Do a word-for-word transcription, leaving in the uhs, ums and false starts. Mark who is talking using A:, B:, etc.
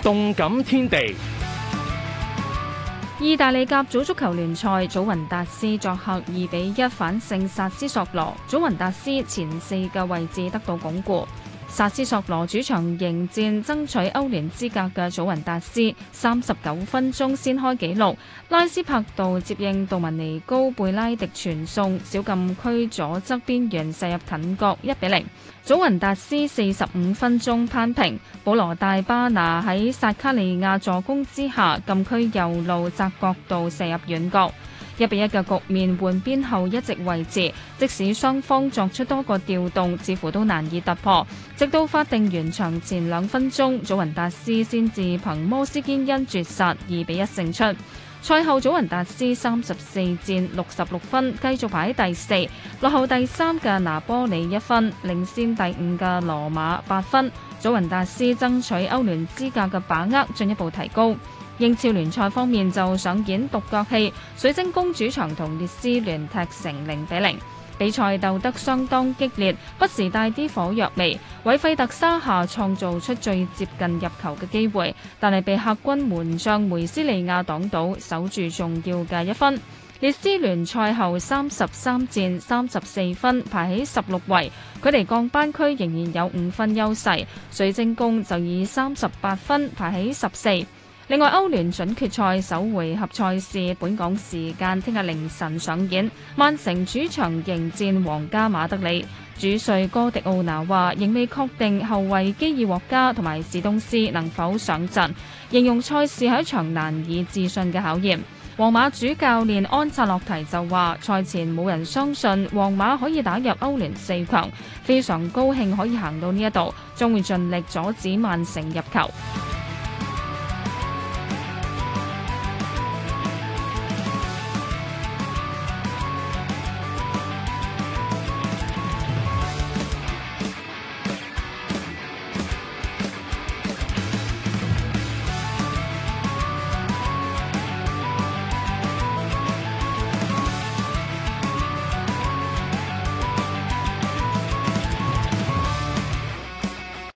A: 動感天地。
B: 意大利甲組足球聯賽，祖雲達斯作客二比一反勝薩斯索羅，祖雲達斯前四嘅位置得到鞏固。薩斯索羅主場迎戰爭取歐聯資格嘅祖雲達斯，三十九分鐘先開紀錄，拉斯柏度接應杜文尼高貝拉迪傳送，小禁區左側邊緣射入近角，一比零。祖雲達斯四十五分鐘扳平，保羅大巴拿喺薩卡利亞助攻之下，禁區右路窄角度射入遠角。一比一嘅局面換邊後一直維持，即使雙方作出多個調動，似乎都難以突破。直到法定完場前兩分鐘，祖雲達斯先至憑摩斯堅恩絕殺，二比一勝出。賽後祖雲達斯三十四戰六十六分，繼續排喺第四，落後第三嘅拿波里一分，領先第五嘅羅馬八分。祖雲達斯爭取歐聯資格嘅把握進一步提高。英超聯賽方面就上演獨腳戲，水晶宮主場同列斯聯踢成零比零，比賽鬥得相當激烈，不時帶啲火藥味。韋費特沙夏創造出最接近入球嘅機會，但係被客軍門將梅斯利亞擋到，守住重要嘅一分。列斯聯賽後三十三戰三十四分，排喺十六位，距離降班區仍然有五分優勢。水晶宮就以三十八分排喺十四。另外，歐聯準決賽首回合賽事本港時間聽日凌晨上演，曼城主場迎戰皇家馬德里。主帥哥迪奧拿話仍未確定後衛基爾獲加同埋史東斯能否上陣，形容賽事係一場難以置信嘅考驗。皇馬主教練安察洛提就話賽前冇人相信皇馬可以打入歐聯四強，非常高興可以行到呢一度，將會盡力阻止曼城入球。